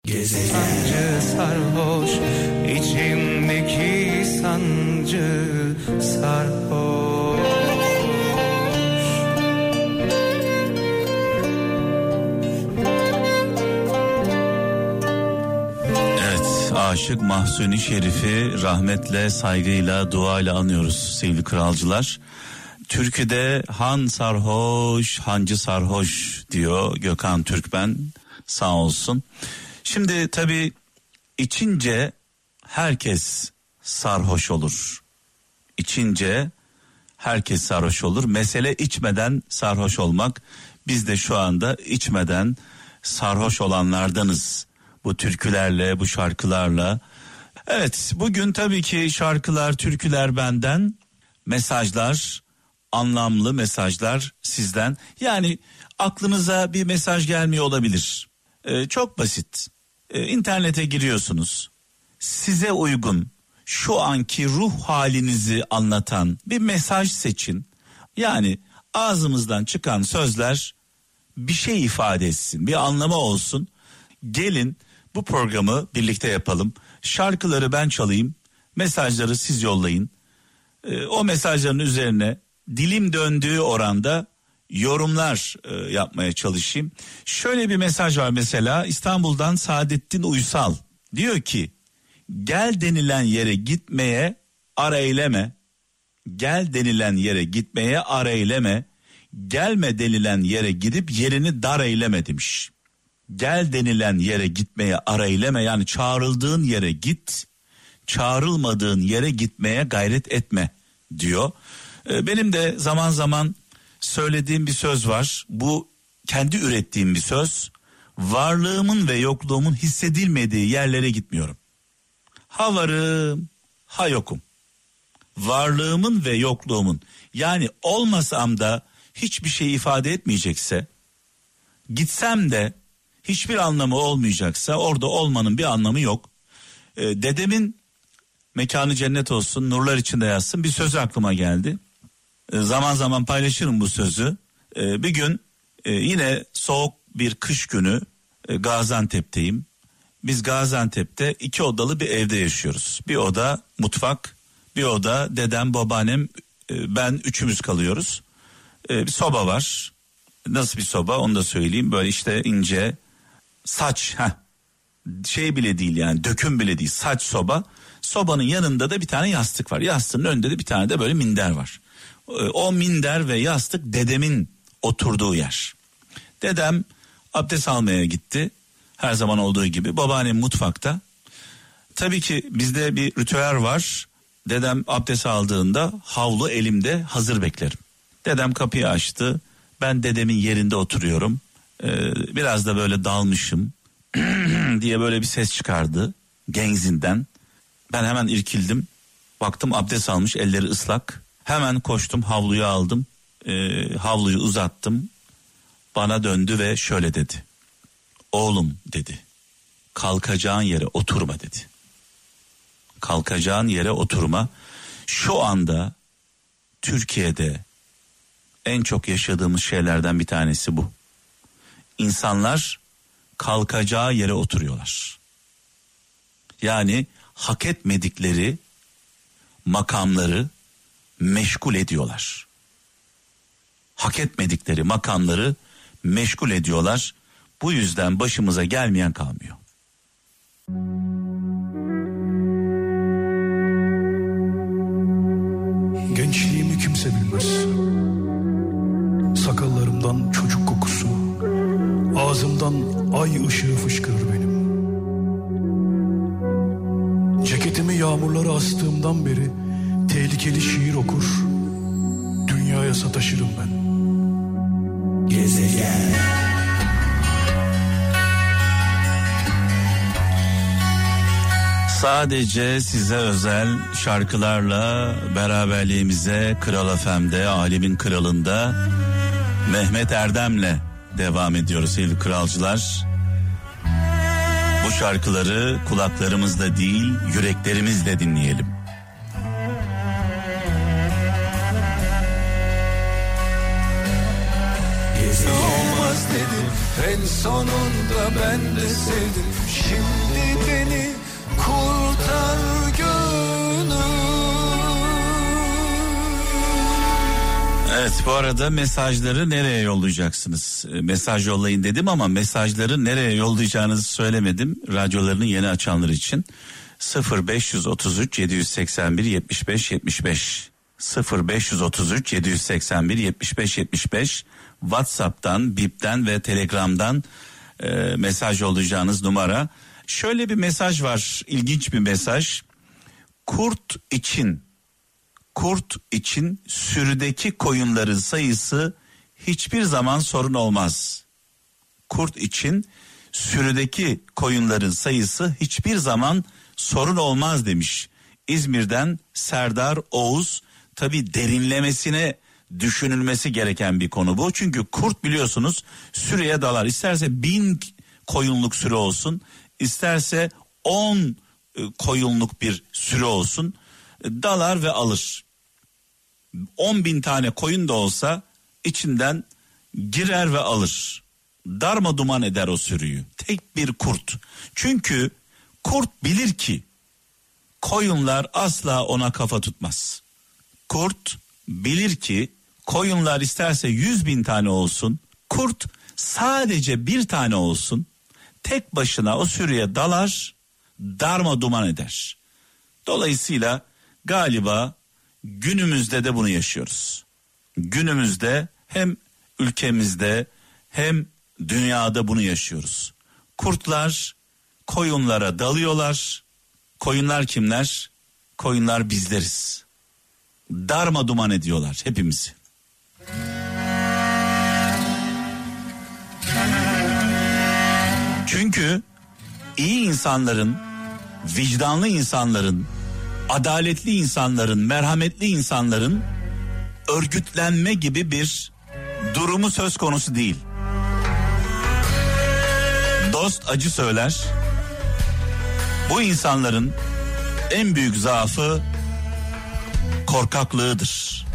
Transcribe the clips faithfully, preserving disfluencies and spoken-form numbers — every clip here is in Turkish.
Gezegen. Sancı sarhoş, içimdeki sancı sarhoş. Evet, Aşık Mahzuni Şerif'i rahmetle, saygıyla, duayla anıyoruz sevgili kralcılar. Türküde han sarhoş, hancı sarhoş diyor Gökhan Türkmen, sağ olsun. Şimdi tabii içince herkes sarhoş olur. İçince herkes sarhoş olur. Mesele içmeden sarhoş olmak. Biz de şu anda içmeden sarhoş olanlardanız. Bu türkülerle, bu şarkılarla. Evet, bugün tabii ki şarkılar, türküler benden, mesajlar, anlamlı mesajlar sizden. Yani aklınıza bir mesaj gelmiyor olabilir. Ee, çok basit. Ee, internete giriyorsunuz. Size uygun, şu anki ruh halinizi anlatan bir mesaj seçin. Yani ağzımızdan çıkan sözler bir şey ifade etsin, bir anlamı olsun. Gelin bu programı birlikte yapalım. Şarkıları ben çalayım, mesajları siz yollayın. Ee, o mesajların üzerine dilim döndüğü oranda yorumlar e, yapmaya çalışayım. Şöyle bir mesaj var mesela, İstanbul'dan Saadettin Uysal. Diyor ki, gel denilen yere gitmeye ara eyleme. Gel denilen yere gitmeye ara eyleme. Gelme denilen yere gidip yerini dar eyleme demiş. Gel denilen yere gitmeye ara eyleme, yani çağrıldığın yere git, çağrılmadığın yere gitmeye gayret etme diyor. Benim de zaman zaman söylediğim bir söz var. Bu kendi ürettiğim bir söz. Varlığımın ve yokluğumun hissedilmediği yerlere gitmiyorum. Ha varım, ha yokum. Varlığımın ve yokluğumun, yani olmasam da hiçbir şey ifade etmeyecekse, gitsem de hiçbir anlamı olmayacaksa orada olmanın bir anlamı yok. Ee, dedemin mekanı cennet olsun, nurlar içinde yatsın, bir sözü aklıma geldi. Ee, zaman zaman paylaşırım bu sözü. Ee, bir gün e, yine soğuk bir kış günü e, Gaziantep'teyim. Biz Gaziantep'te iki odalı bir evde yaşıyoruz. Bir oda mutfak, bir oda dedem, babaannem, e, ben üçümüz kalıyoruz. E, bir soba var. Nasıl bir soba onu da söyleyeyim. Böyle işte ince saç, heh, şey bile değil yani, döküm bile değil, saç soba. Sobanın yanında da bir tane yastık var. Yastığın önünde de bir tane de böyle minder var. O minder ve yastık dedemin oturduğu yer. Dedem abdest almaya gitti. Her zaman olduğu gibi. Babaannem mutfakta. Tabii ki bizde bir ritüel var. Dedem abdest aldığında havlu elimde hazır beklerim. Dedem kapıyı açtı. Ben dedemin yerinde oturuyorum. Ee, biraz da böyle dalmışım diye böyle bir ses çıkardı genzinden. Ben hemen irkildim. Baktım abdest almış, elleri ıslak. Hemen koştum, havluyu aldım. Ee, havluyu uzattım. Bana döndü ve şöyle dedi. Oğlum dedi. Kalkacağın yere oturma dedi. Kalkacağın yere oturma. Şu anda Türkiye'de en çok yaşadığımız şeylerden bir tanesi bu. İnsanlar kalkacağı yere oturuyorlar. Yani hak etmedikleri makamları meşgul ediyorlar. Hak etmedikleri makamları meşgul ediyorlar. Bu yüzden başımıza gelmeyen kalmıyor. Gençliğimi kimse bilmez. Sakallarımdan çocuk kokusu, ağzımdan ay ışığı fışkırır benim. Ceketimi yağmurlara astığımdan beri tehlikeli şiir okur, dünyaya sataşırım ben. Gezegen. Sadece size özel şarkılarla beraberliğimize Kral F M'de, Alemin Kralı'nda Mehmet Erdem'le devam ediyoruz sevgili kralcılar. Bu şarkıları kulaklarımızla değil, yüreklerimizle dinleyelim. Olmaz sevmedim, en sonunda ben de sevdim. Şimdi beni kurtar gönül. Evet, bu arada mesajları nereye yollayacaksınız? Mesaj yollayın dedim ama mesajları nereye yollayacağınızı söylemedim. Radyolarını yeni açanlar için. sıfır beş otuz üç yedi seksen bir yetmiş beş yetmiş beş sıfır beş otuz üç yedi seksen bir yetmiş beş yetmiş beş WhatsApp'tan, Bip'ten ve Telegram'dan e, mesaj yollayacağınız numara. Şöyle bir mesaj var, ilginç bir mesaj. Kurt için Kurt için sürüdeki koyunların sayısı hiçbir zaman sorun olmaz. Kurt için sürüdeki koyunların sayısı hiçbir zaman sorun olmaz demiş. İzmir'den Serdar Oğuz. Tabii derinlemesine düşünülmesi gereken bir konu bu. Çünkü kurt biliyorsunuz sürüye dalar. İsterse bin koyunluk sürü olsun, isterse on koyunluk bir sürü olsun, dalar ve alır. On bin tane koyun da olsa içinden girer ve alır. Darma duman eder o sürüyü. Tek bir kurt. Çünkü kurt bilir ki koyunlar asla ona kafa tutmaz. Kurt bilir ki koyunlar isterse yüz bin tane olsun, kurt sadece bir tane olsun, tek başına o sürüye dalar, darma duman eder. Dolayısıyla galiba günümüzde de bunu yaşıyoruz. Günümüzde hem ülkemizde hem dünyada bunu yaşıyoruz. Kurtlar koyunlara dalıyorlar. Koyunlar kimler? Koyunlar bizleriz. Darma duman ediyorlar hepimizi. Çünkü iyi insanların, vicdanlı insanların, adaletli insanların, merhametli insanların örgütlenme gibi bir durumu söz konusu değil. Dost acı söyler. Bu insanların en büyük zaafı korkaklığıdır.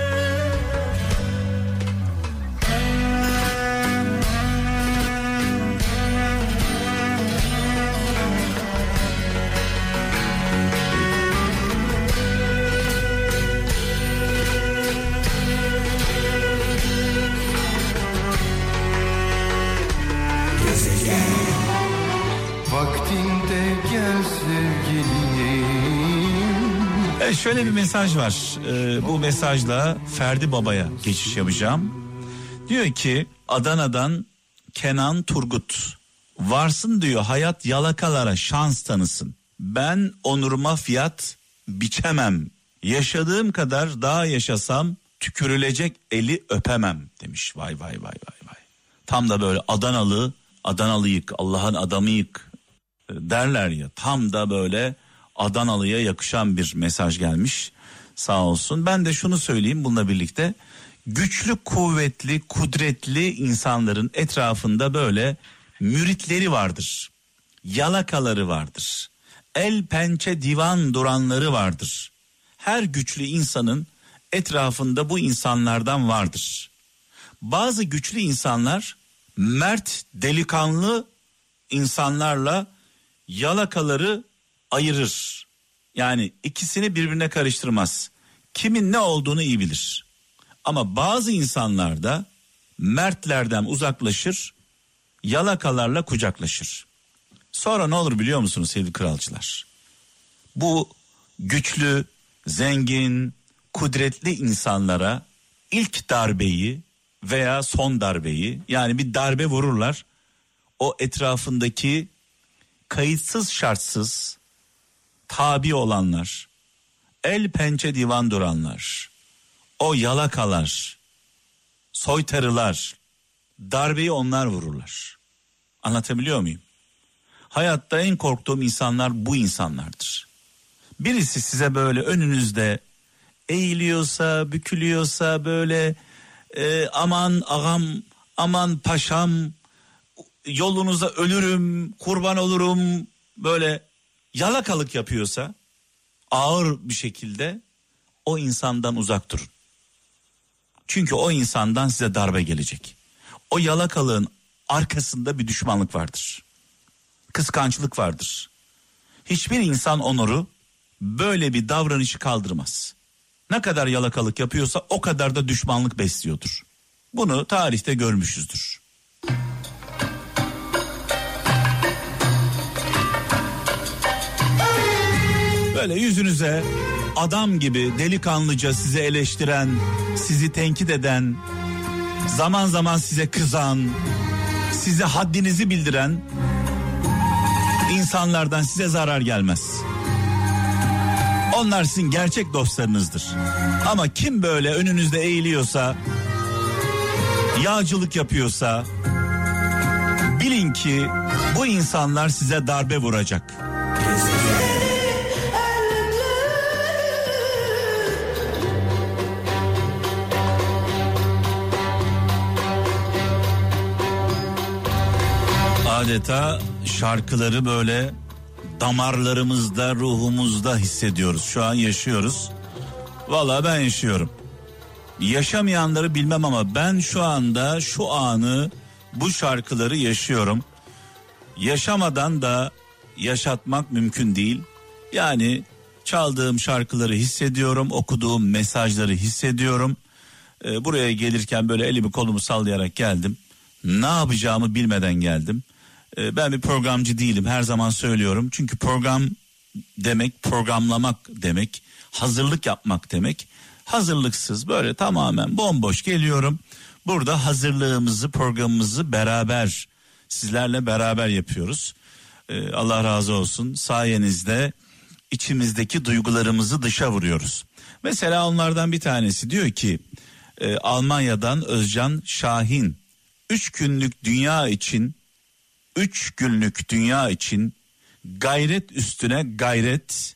Vaktinde gel sevgilim. Evet, şöyle bir mesaj var. Ee, bu mesajla Ferdi Baba'ya geçiş yapacağım. Diyor ki Adana'dan Kenan Turgut. Varsın diyor hayat yalakalara şans tanısın. Ben onuruma fiyat biçemem. Yaşadığım kadar daha yaşasam tükürülecek eli öpemem demiş. Vay vay vay vay vay. Tam da böyle Adanalı, Adanalıyık, Allah'ın adamıyık derler ya, tam da böyle Adanalı'ya yakışan bir mesaj gelmiş, sağ olsun. Ben de şunu söyleyeyim bununla birlikte, güçlü, kuvvetli, kudretli insanların etrafında böyle müritleri vardır, yalakaları vardır, el pençe divan duranları vardır. Her güçlü insanın etrafında bu insanlardan vardır. Bazı güçlü insanlar mert, delikanlı insanlarla yalakaları ayırır. Yani ikisini birbirine karıştırmaz. Kimin ne olduğunu iyi bilir. Ama bazı insanlar da mertlerden uzaklaşır, yalakalarla kucaklaşır. Sonra ne olur biliyor musunuz sevgili kralcılar? Bu güçlü, zengin, kudretli insanlara ilk darbeyi veya son darbeyi, yani bir darbe vururlar. O etrafındaki kayıtsız şartsız tabi olanlar, el pençe divan duranlar, o yalakalar, soytarılar, darbeyi onlar vururlar. Anlatabiliyor muyum? Hayatta en korktuğum insanlar bu insanlardır. Birisi size böyle önünüzde eğiliyorsa, bükülüyorsa, böyle e, aman ağam, aman paşam, yolunuza ölürüm, kurban olurum, böyle yalakalık yapıyorsa ağır bir şekilde o insandan uzak durun. Çünkü o insandan size darbe gelecek. O yalakalığın arkasında bir düşmanlık vardır. Kıskançlık vardır. Hiçbir insan onuru böyle bir davranışı kaldırmaz. Ne kadar yalakalık yapıyorsa o kadar da düşmanlık besliyordur. Bunu tarihte görmüşüzdür. Böyle yüzünüze adam gibi delikanlıca sizi eleştiren, sizi tenkit eden, zaman zaman size kızan, size haddinizi bildiren insanlardan size zarar gelmez. Onlar sizin gerçek dostlarınızdır. Ama kim böyle önünüzde eğiliyorsa, yağcılık yapıyorsa, bilin ki bu insanlar size darbe vuracak. Adeta şarkıları böyle damarlarımızda, ruhumuzda hissediyoruz. Şu an yaşıyoruz. Vallahi ben yaşıyorum. Yaşamayanları bilmem ama ben şu anda şu anı, bu şarkıları yaşıyorum. Yaşamadan da yaşatmak mümkün değil. Yani çaldığım şarkıları hissediyorum, okuduğum mesajları hissediyorum. Ee, buraya gelirken böyle elimi kolumu sallayarak geldim. Ne yapacağımı bilmeden geldim. Ben bir programcı değilim, her zaman söylüyorum. Çünkü program demek programlamak demek, hazırlık yapmak demek. Hazırlıksız böyle tamamen bomboş geliyorum. Burada hazırlığımızı, programımızı beraber, sizlerle beraber yapıyoruz. Ee, Allah razı olsun, sayenizde içimizdeki duygularımızı dışa vuruyoruz. Mesela onlardan bir tanesi diyor ki e, Almanya'dan Özcan Şahin, üç günlük dünya için Üç günlük dünya için gayret üstüne gayret,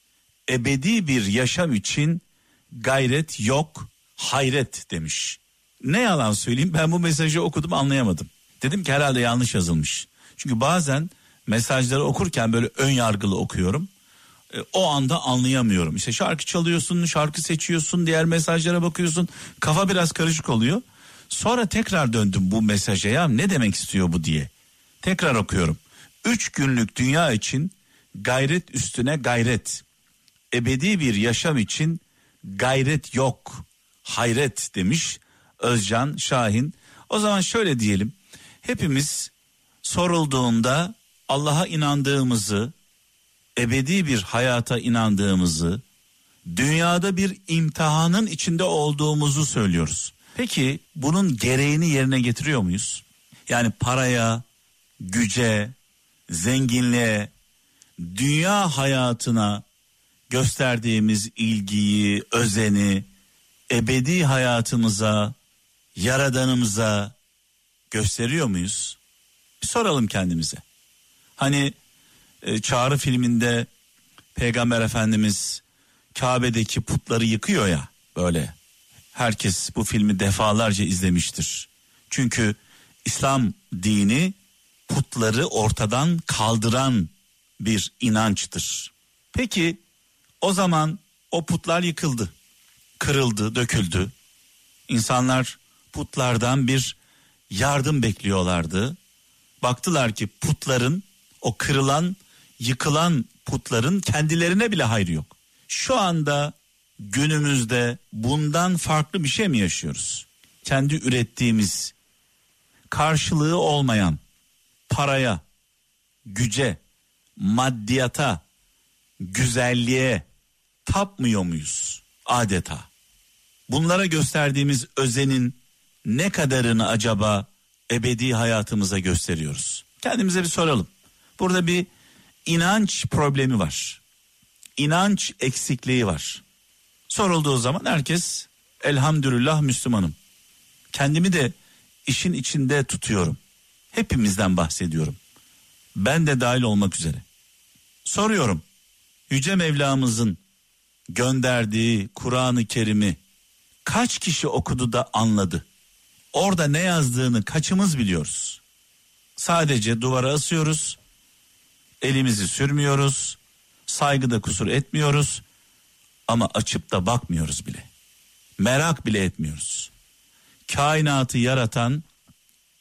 ebedi bir yaşam için gayret yok, hayret demiş. Ne yalan söyleyeyim, ben bu mesajı okudum, anlayamadım. Dedim ki herhalde yanlış yazılmış. Çünkü bazen mesajları okurken böyle ön yargılı okuyorum. E, o anda anlayamıyorum. İşte şarkı çalıyorsun, şarkı seçiyorsun, diğer mesajlara bakıyorsun. Kafa biraz karışık oluyor. Sonra tekrar döndüm bu mesaja, ya ne demek istiyor bu diye. Tekrar okuyorum. Üç günlük dünya için gayret üstüne gayret. Ebedi bir yaşam için gayret yok, hayret demiş Özcan Şahin. O zaman şöyle diyelim. Hepimiz sorulduğunda Allah'a inandığımızı, ebedi bir hayata inandığımızı, dünyada bir imtihanın içinde olduğumuzu söylüyoruz. Peki bunun gereğini yerine getiriyor muyuz? Yani paraya, güce, zenginliğe, dünya hayatına gösterdiğimiz ilgiyi, özeni, ebedi hayatımıza, yaradanımıza gösteriyor muyuz? Bir soralım kendimize. Hani e, Çağrı filminde Peygamber Efendimiz Kabe'deki putları yıkıyor ya, böyle. Herkes bu filmi defalarca izlemiştir. Çünkü İslam dini putları ortadan kaldıran bir inançtır. Peki o zaman o putlar yıkıldı, kırıldı, döküldü. İnsanlar putlardan bir yardım bekliyorlardı. Baktılar ki putların, o kırılan, yıkılan putların kendilerine bile hayrı yok. Şu anda günümüzde bundan farklı bir şey mi yaşıyoruz? Kendi ürettiğimiz, karşılığı olmayan paraya, güce, maddiyata, güzelliğe tapmıyor muyuz adeta? Bunlara gösterdiğimiz özenin ne kadarını acaba ebedi hayatımıza gösteriyoruz? Kendimize bir soralım. Burada bir inanç problemi var. İnanç eksikliği var. Sorulduğu zaman herkes elhamdülillah Müslümanım. Kendimi de işin içinde tutuyorum. Hepimizden bahsediyorum. Ben de dahil olmak üzere. Soruyorum. Yüce Mevlamızın gönderdiği Kur'an-ı Kerim'i kaç kişi okudu da anladı? Orada ne yazdığını kaçımız biliyoruz? Sadece duvara asıyoruz. Elimizi sürmüyoruz. Saygıda kusur etmiyoruz. Ama açıp da bakmıyoruz bile. Merak bile etmiyoruz. Kainatı yaratan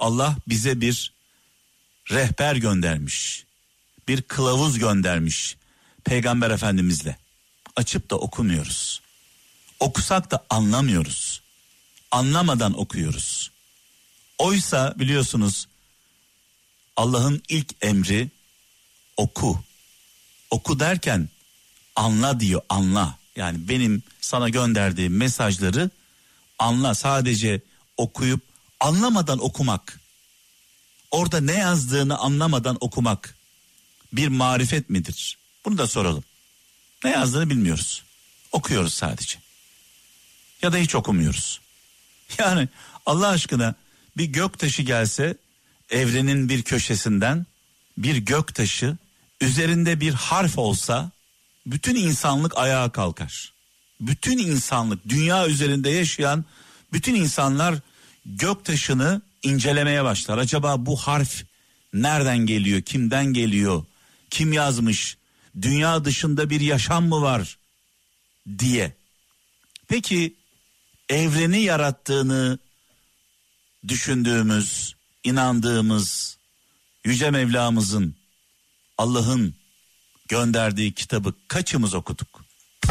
Allah bize bir rehber göndermiş. Bir kılavuz göndermiş Peygamber Efendimizle. Açıp da okumuyoruz. Okusak da anlamıyoruz. Anlamadan okuyoruz. Oysa biliyorsunuz Allah'ın ilk emri oku. Oku derken anla diyor, anla. Yani benim sana gönderdiğim mesajları anla. Sadece okuyup anlamadan okumak, orada ne yazdığını anlamadan okumak bir marifet midir? Bunu da soralım. Ne yazdığını bilmiyoruz. Okuyoruz sadece. Ya da hiç okumuyoruz. Yani Allah aşkına bir göktaşı gelse evrenin bir köşesinden, bir göktaşı üzerinde bir harf olsa bütün insanlık ayağa kalkar. Bütün insanlık, dünya üzerinde yaşayan bütün insanlar göktaşını incelemeye başlar. Acaba bu harf nereden geliyor, kimden geliyor, kim yazmış, dünya dışında bir yaşam mı var diye. Peki evreni yarattığını düşündüğümüz, inandığımız Yüce Mevlamızın, Allah'ın gönderdiği kitabı kaçımız okuduk?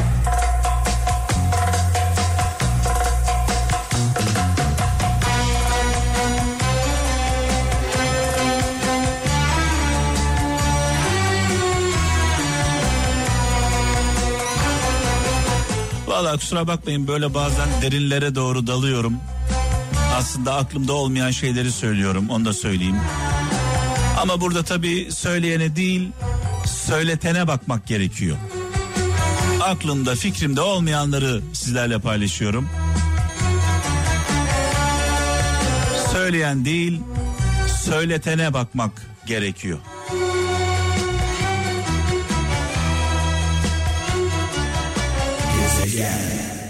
Vallahi kusura bakmayın, böyle bazen derinlere doğru dalıyorum. Aslında aklımda olmayan şeyleri söylüyorum, onu da söyleyeyim. Ama burada tabii söyleyene değil, söyletene bakmak gerekiyor. Aklımda, fikrimde olmayanları sizlerle paylaşıyorum. Söyleyen değil, söyletene bakmak gerekiyor. Gezegen.